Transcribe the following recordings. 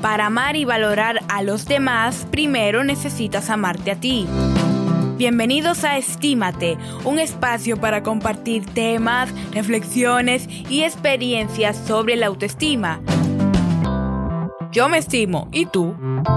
Para amar y valorar a los demás, primero necesitas amarte a ti. Bienvenidos a Estímate, un espacio para compartir temas, reflexiones y experiencias sobre la autoestima. Yo me estimo, ¿y tú?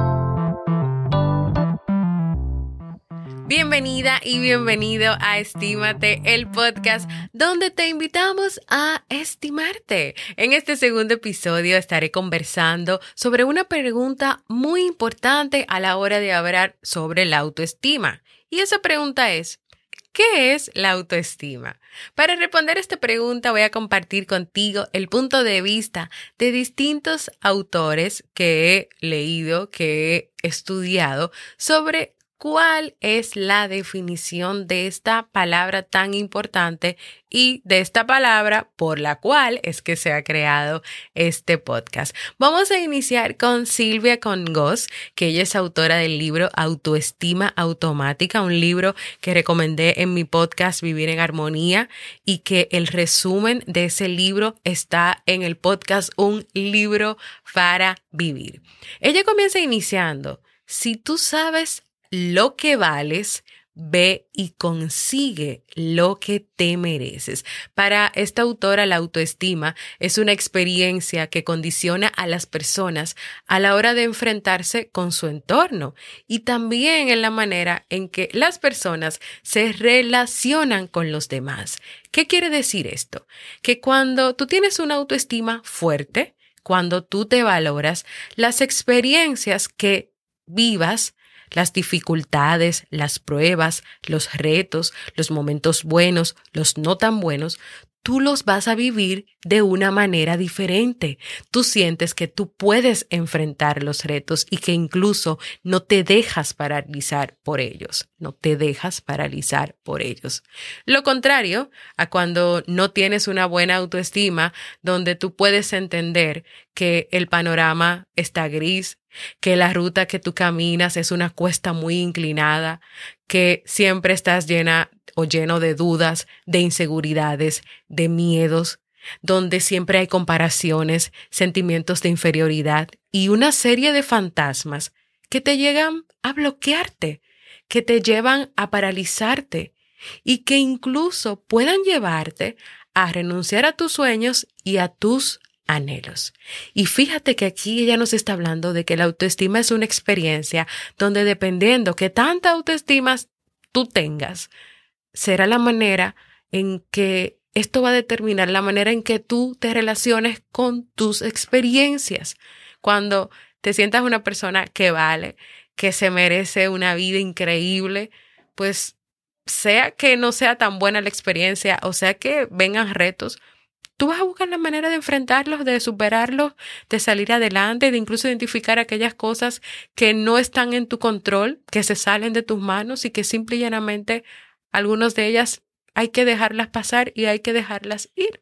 Bienvenida y bienvenido a Estímate, el podcast donde te invitamos a estimarte. En este segundo episodio estaré conversando sobre una pregunta muy importante a la hora de hablar sobre la autoestima. Y esa pregunta es, ¿qué es la autoestima? Para responder esta pregunta voy a compartir contigo el punto de vista de distintos autores que he leído, que he estudiado sobre ¿cuál es la definición de esta palabra tan importante y de esta palabra por la cual es que se ha creado este podcast? Vamos a iniciar con Silvia Congos, que ella es autora del libro Autoestima Automática, un libro que recomendé en mi podcast Vivir en Armonía y que el resumen de ese libro está en el podcast Un Libro para Vivir. Ella comienza iniciando, si tú sabes lo que vales, ve y consigue lo que te mereces. Para esta autora, la autoestima es una experiencia que condiciona a las personas a la hora de enfrentarse con su entorno y también en la manera en que las personas se relacionan con los demás. ¿Qué quiere decir esto? Que cuando tú tienes una autoestima fuerte, cuando tú te valoras, las experiencias que vivas, las dificultades, las pruebas, los retos, los momentos buenos, los no tan buenos, tú los vas a vivir de una manera diferente. Tú sientes que tú puedes enfrentar los retos y que incluso no te dejas paralizar por ellos. No te dejas paralizar por ellos. Lo contrario a cuando no tienes una buena autoestima, donde tú puedes entender que el panorama está gris, que la ruta que tú caminas es una cuesta muy inclinada, que siempre estás llena o lleno de dudas, de inseguridades, de miedos, donde siempre hay comparaciones, sentimientos de inferioridad y una serie de fantasmas que te llegan a bloquearte, que te llevan a paralizarte y que incluso puedan llevarte a renunciar a tus sueños y a tus anhelos. Y fíjate que aquí ella nos está hablando de que la autoestima es una experiencia donde dependiendo que tanta autoestima tú tengas, será la manera en que esto va a determinar la manera en que tú te relaciones con tus experiencias. Cuando te sientas una persona que vale, que se merece una vida increíble, pues sea que no sea tan buena la experiencia o sea que vengan retos, tú vas a buscar la manera de enfrentarlos, de superarlos, de salir adelante, de incluso identificar aquellas cosas que no están en tu control, que se salen de tus manos y que simple y llanamente algunas de ellas hay que dejarlas pasar y hay que dejarlas ir.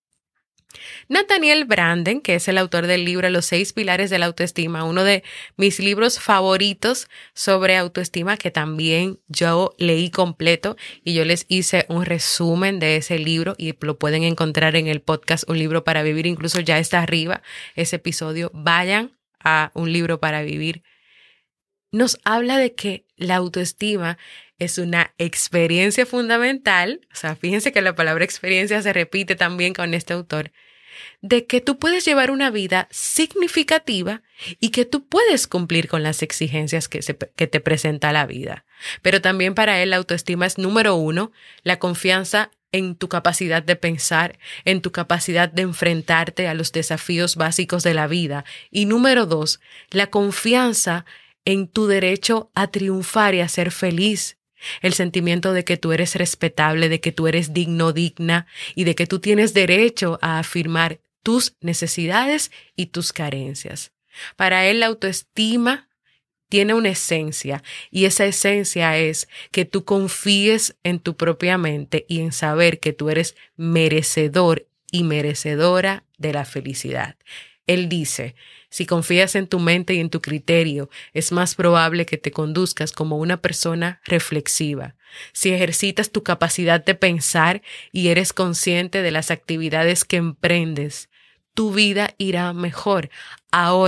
Nathaniel Branden, que es el autor del libro Los 6 pilares de la autoestima, uno de mis libros favoritos sobre autoestima que también yo leí completo y yo les hice un resumen de ese libro y lo pueden encontrar en el podcast Un Libro para Vivir, incluso ya está arriba ese episodio. Vayan a Un Libro para Vivir. Nos habla de que la autoestima es una experiencia fundamental, o sea, fíjense que la palabra experiencia se repite también con este autor, de que tú puedes llevar una vida significativa y que tú puedes cumplir con las exigencias que te presenta la vida. Pero también para él la autoestima es número 1, la confianza en tu capacidad de pensar, en tu capacidad de enfrentarte a los desafíos básicos de la vida. Y número 2, la confianza en tu derecho a triunfar y a ser feliz. El sentimiento de que tú eres respetable, de que tú eres digno, digna y de que tú tienes derecho a afirmar tus necesidades y tus carencias. Para él la autoestima tiene una esencia y esa esencia es que tú confíes en tu propia mente y en saber que tú eres merecedor y merecedora de la felicidad. Él dice, si confías en tu mente y en tu criterio, es más probable que te conduzcas como una persona reflexiva. Si ejercitas tu capacidad de pensar y eres consciente de las actividades que emprendes, tu vida irá mejor. Ahora,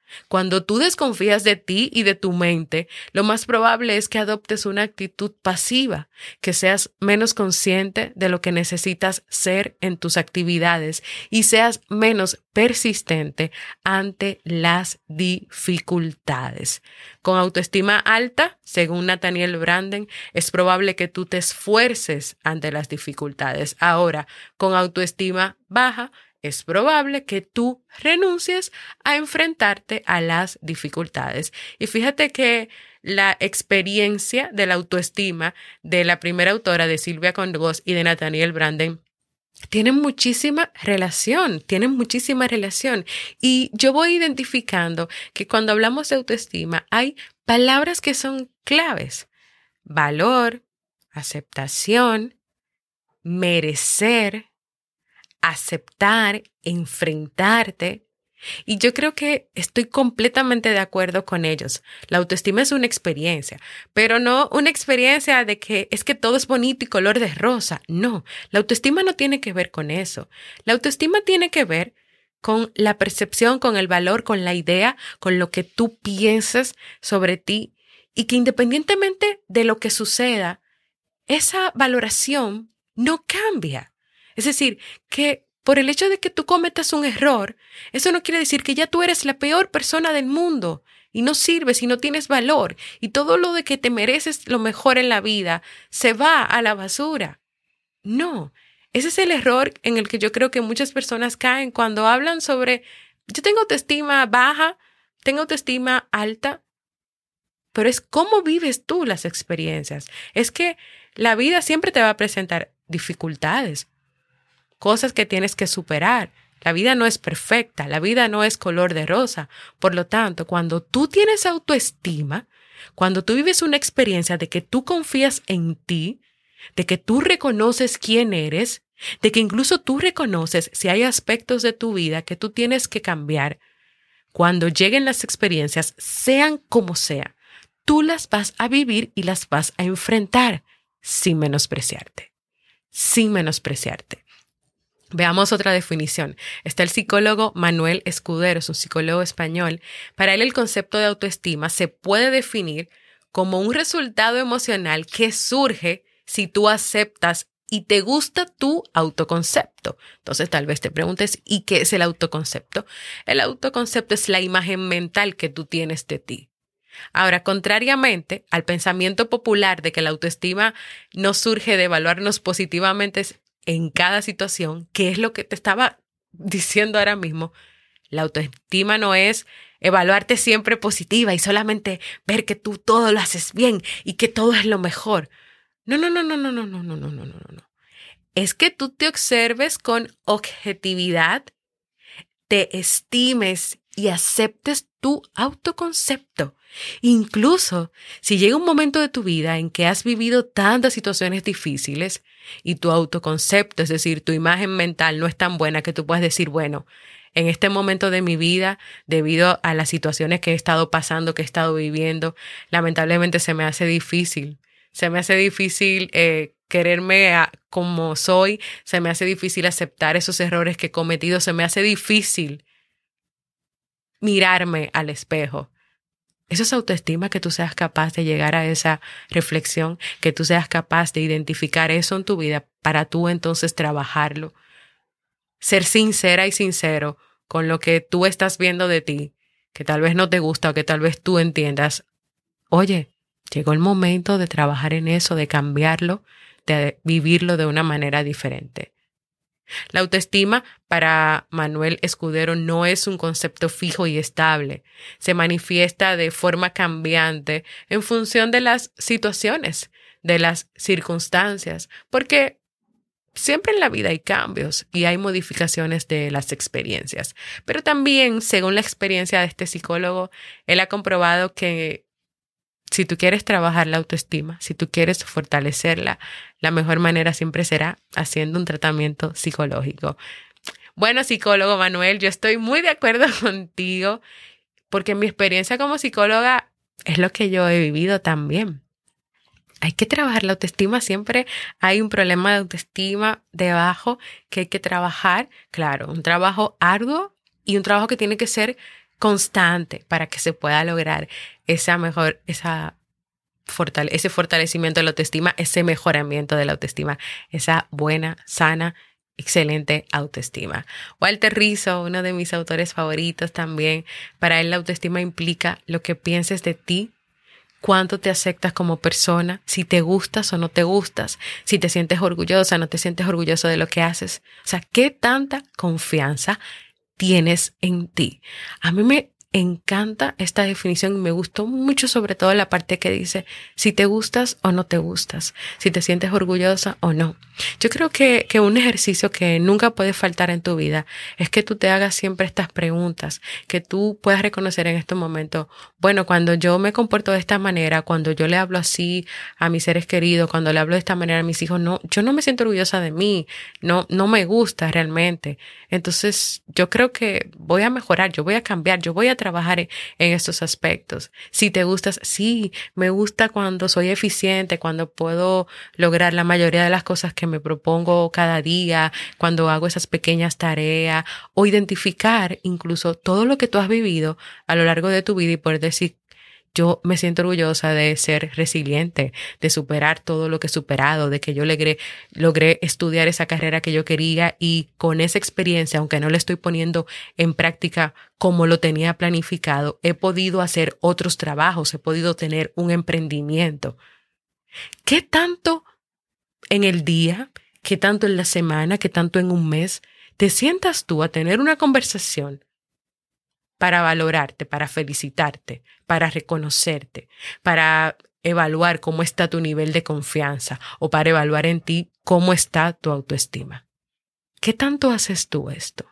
Cuando tú desconfías de ti y de tu mente, lo más probable es que adoptes una actitud pasiva, que seas menos consciente de lo que necesitas ser en tus actividades y seas menos persistente ante las dificultades. Con autoestima alta, según Nathaniel Branden, es probable que tú te esfuerces ante las dificultades. Ahora, con autoestima baja, es probable que tú renuncies a enfrentarte a las dificultades. Y fíjate que la experiencia de la autoestima de la primera autora, de Silvia Condorcet y de Nathaniel Branden, tienen muchísima relación. Y yo voy identificando que cuando hablamos de autoestima hay palabras que son claves: valor, aceptación, merecer, aceptar, enfrentarte. Y yo creo que estoy completamente de acuerdo con ellos. La autoestima es una experiencia, pero no una experiencia de que es que todo es bonito y color de rosa. No, la autoestima no tiene que ver con eso. La autoestima tiene que ver con la percepción, con el valor, con la idea, con lo que tú piensas sobre ti, y que independientemente de lo que suceda, esa valoración no cambia. Es decir, que por el hecho de que tú cometas un error, eso no quiere decir que ya tú eres la peor persona del mundo y no sirves y no tienes valor y todo lo de que te mereces lo mejor en la vida se va a la basura. No, ese es el error en el que yo creo que muchas personas caen cuando hablan sobre: yo tengo autoestima baja, tengo autoestima alta. Pero es cómo vives tú las experiencias. Es que la vida siempre te va a presentar dificultades, cosas que tienes que superar. La vida no es perfecta, la vida no es color de rosa. Por lo tanto, cuando tú tienes autoestima, cuando tú vives una experiencia de que tú confías en ti, de que tú reconoces quién eres, de que incluso tú reconoces si hay aspectos de tu vida que tú tienes que cambiar, cuando lleguen las experiencias, sean como sean, tú las vas a vivir y las vas a enfrentar sin menospreciarte. Sin menospreciarte. Veamos otra definición. Está el psicólogo Manuel Escudero, es un psicólogo español. Para él, el concepto de autoestima se puede definir como un resultado emocional que surge si tú aceptas y te gusta tu autoconcepto. Entonces, tal vez te preguntes, ¿y qué es el autoconcepto? El autoconcepto es la imagen mental que tú tienes de ti. Ahora, contrariamente al pensamiento popular de que la autoestima no surge de evaluarnos positivamente en cada situación, que es lo que te estaba diciendo ahora mismo, la autoestima no es evaluarte siempre positiva y solamente ver que tú todo lo haces bien y que todo es lo mejor. No. Es que tú te observes con objetividad, te estimes y aceptes tu autoconcepto. Incluso si llega un momento de tu vida en que has vivido tantas situaciones difíciles y tu autoconcepto, es decir, tu imagen mental no es tan buena, que tú puedas decir, bueno, en este momento de mi vida, debido a las situaciones que he estado pasando, que he estado viviendo, lamentablemente se me hace difícil. Se me hace difícil quererme como soy, se me hace difícil aceptar esos errores que he cometido, se me hace difícil mirarme al espejo. Eso es autoestima, que tú seas capaz de llegar a esa reflexión, que tú seas capaz de identificar eso en tu vida para tú entonces trabajarlo. Ser sincera y sincero con lo que tú estás viendo de ti, que tal vez no te gusta o que tal vez tú entiendas. Oye, llegó el momento de trabajar en eso, de cambiarlo, de vivirlo de una manera diferente. La autoestima para Manuel Escudero no es un concepto fijo y estable. Se manifiesta de forma cambiante en función de las situaciones, de las circunstancias, porque siempre en la vida hay cambios y hay modificaciones de las experiencias. Pero también, según la experiencia de este psicólogo, él ha comprobado que si tú quieres trabajar la autoestima, si tú quieres fortalecerla, la mejor manera siempre será haciendo un tratamiento psicológico. Bueno, psicólogo Manuel, yo estoy muy de acuerdo contigo, porque mi experiencia como psicóloga es lo que yo he vivido también. Hay que trabajar la autoestima, siempre hay un problema de autoestima debajo que hay que trabajar. Claro, un trabajo arduo y un trabajo que tiene que ser constante para que se pueda lograr ese fortalecimiento de la autoestima, ese mejoramiento de la autoestima, esa buena, sana, excelente autoestima. Walter Rizzo, uno de mis autores favoritos también, para él la autoestima implica lo que pienses de ti, cuánto te aceptas como persona, si te gustas o no te gustas, si te sientes orgullosa o no te sientes orgulloso de lo que haces. O sea, ¿qué tanta confianza tienes en ti? A mí me encanta esta definición y me gustó mucho, sobre todo la parte que dice si te gustas o no te gustas, si te sientes orgullosa o no. Yo creo que un ejercicio que nunca puede faltar en tu vida es que tú te hagas siempre estas preguntas, que tú puedas reconocer en este momento, bueno, cuando yo me comporto de esta manera, cuando yo le hablo así a mis seres queridos, cuando le hablo de esta manera a mis hijos, no, yo no me siento orgullosa de mí, no me gusta realmente. Entonces yo creo que voy a mejorar, yo voy a cambiar, yo voy a trabajar en estos aspectos. Si te gustas, sí, me gusta cuando soy eficiente, cuando puedo lograr la mayoría de las cosas que me propongo cada día, cuando hago esas pequeñas tareas, o identificar incluso todo lo que tú has vivido a lo largo de tu vida y poder decir, yo me siento orgullosa de ser resiliente, de superar todo lo que he superado, de que yo logré estudiar esa carrera que yo quería y con esa experiencia, aunque no la estoy poniendo en práctica como lo tenía planificado, he podido hacer otros trabajos, he podido tener un emprendimiento. ¿Qué tanto en el día, qué tanto en la semana, qué tanto en un mes te sientas tú a tener una conversación para valorarte, para felicitarte, para reconocerte, para evaluar cómo está tu nivel de confianza o para evaluar en ti cómo está tu autoestima? ¿Qué tanto haces tú esto?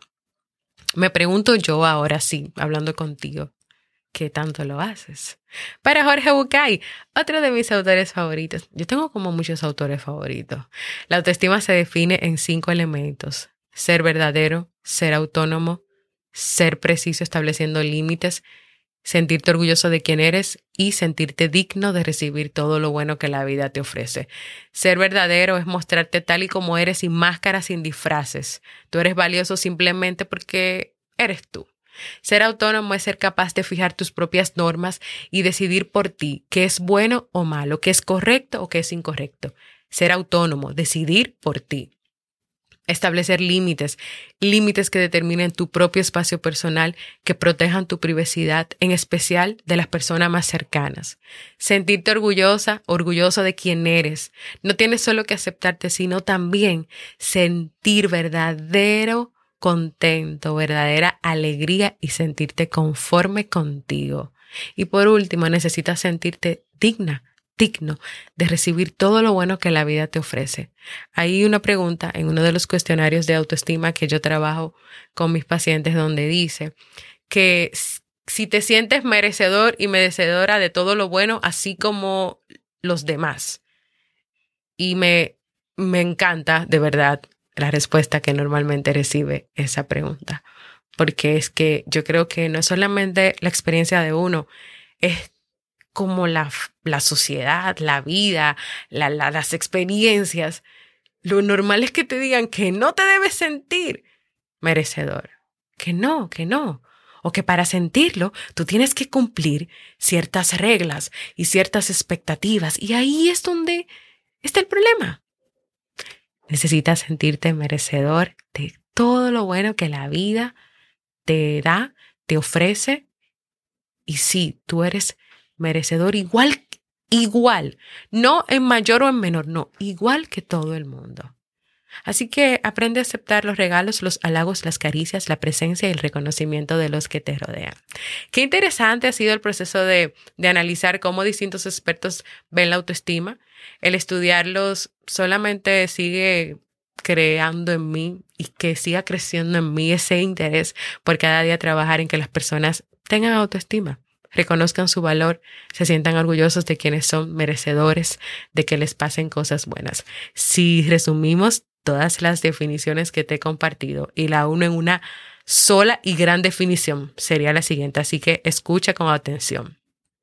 Me pregunto yo ahora sí, hablando contigo, ¿qué tanto lo haces? Para Jorge Bucay, otro de mis autores favoritos. Yo tengo como muchos autores favoritos. La autoestima se define en 5 elementos: ser verdadero, ser autónomo, ser preciso estableciendo límites, sentirte orgulloso de quién eres y sentirte digno de recibir todo lo bueno que la vida te ofrece. Ser verdadero es mostrarte tal y como eres, sin máscaras, sin disfraces. Tú eres valioso simplemente porque eres tú. Ser autónomo es ser capaz de fijar tus propias normas y decidir por ti qué es bueno o malo, qué es correcto o qué es incorrecto. Ser autónomo, decidir por ti. Establecer límites que determinen tu propio espacio personal, que protejan tu privacidad, en especial de las personas más cercanas. Sentirte orgulloso de quién eres. No tienes solo que aceptarte, sino también sentir verdadero contento, verdadera alegría y sentirte conforme contigo. Y por último, necesitas sentirte digno de recibir todo lo bueno que la vida te ofrece. Hay una pregunta en uno de los cuestionarios de autoestima que yo trabajo con mis pacientes donde dice que si te sientes merecedor y merecedora de todo lo bueno, así como los demás. Y me encanta, de verdad, la respuesta que normalmente recibe esa pregunta. Porque es que yo creo que no es solamente la experiencia de uno, es como la sociedad, la vida, las experiencias. Lo normal es que te digan que no te debes sentir merecedor. Que no. O que para sentirlo tú tienes que cumplir ciertas reglas y ciertas expectativas. Y ahí es donde está el problema. Necesitas sentirte merecedor de todo lo bueno que la vida te da, te ofrece. Y sí, tú eres merecedor igual, no en mayor o en menor, no, igual que todo el mundo. Así que aprende a aceptar los regalos, los halagos, las caricias, la presencia y el reconocimiento de los que te rodean. Qué interesante ha sido el proceso de analizar cómo distintos expertos ven la autoestima. El estudiarlos solamente sigue creando en mí y que siga creciendo en mí ese interés por cada día trabajar en que las personas tengan autoestima, reconozcan su valor, se sientan orgullosos de quienes son merecedores de que les pasen cosas buenas. Si resumimos todas las definiciones que te he compartido y la uno en una sola y gran definición, sería la siguiente, así que escucha con atención.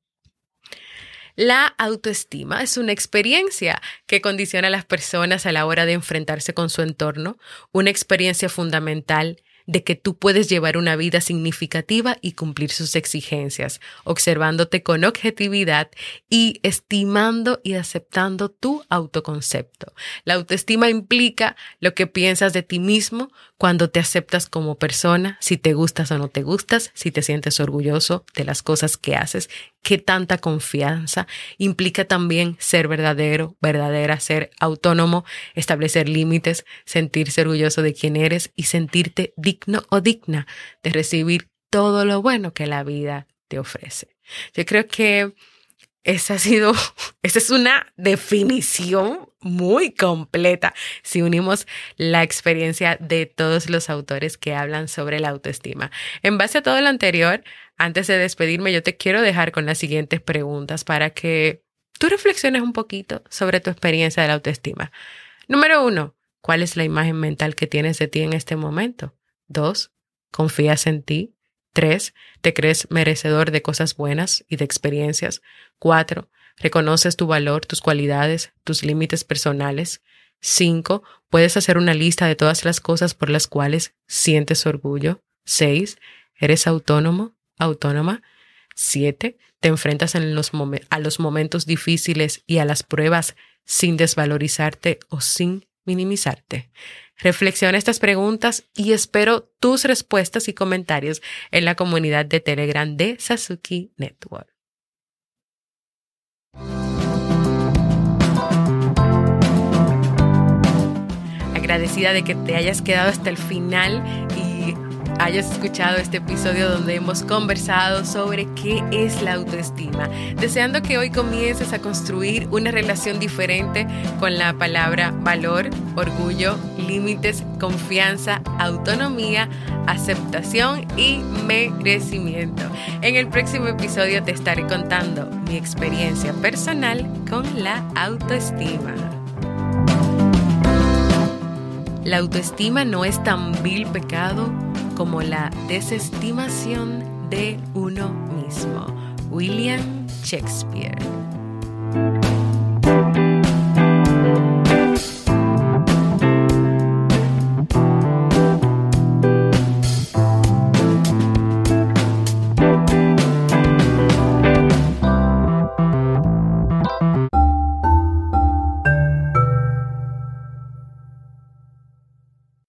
La autoestima es una experiencia que condiciona a las personas a la hora de enfrentarse con su entorno, una experiencia fundamental de que tú puedes llevar una vida significativa y cumplir sus exigencias, observándote con objetividad y estimando y aceptando tu autoconcepto. La autoestima implica lo que piensas de ti mismo cuando te aceptas como persona, si te gustas o no te gustas, si te sientes orgulloso de las cosas que haces, qué tanta confianza. Implica también ser verdadero, verdadera, ser autónomo, establecer límites, sentirse orgulloso de quién eres y sentirte digno o digna de recibir todo lo bueno que la vida te ofrece. Yo creo que esa es una definición muy completa si unimos la experiencia de todos los autores que hablan sobre la autoestima. En base a todo lo anterior, antes de despedirme, yo te quiero dejar con las siguientes preguntas para que tú reflexiones un poquito sobre tu experiencia de la autoestima. Número 1, ¿cuál es la imagen mental que tienes de ti en este momento? 2, ¿confías en ti? 3, ¿te crees merecedor de cosas buenas y de experiencias? 4, ¿reconoces tu valor, tus cualidades, tus límites personales? 5, ¿puedes hacer una lista de todas las cosas por las cuales sientes orgullo? 6, ¿eres autónomo, autónoma? 7, ¿te enfrentas a los momentos difíciles y a las pruebas sin desvalorizarte o sin minimizarte? Reflexiona estas preguntas y espero tus respuestas y comentarios en la comunidad de Telegram de Sasuki Network. Agradecida de que te hayas quedado hasta el final y hayas escuchado este episodio donde hemos conversado sobre qué es la autoestima, deseando que hoy comiences a construir una relación diferente con la palabra valor, orgullo, límites, confianza, autonomía, aceptación y merecimiento. En el próximo episodio te estaré contando mi experiencia personal con la autoestima. La autoestima no es tan vil pecado como la desestimación de uno mismo. William Shakespeare.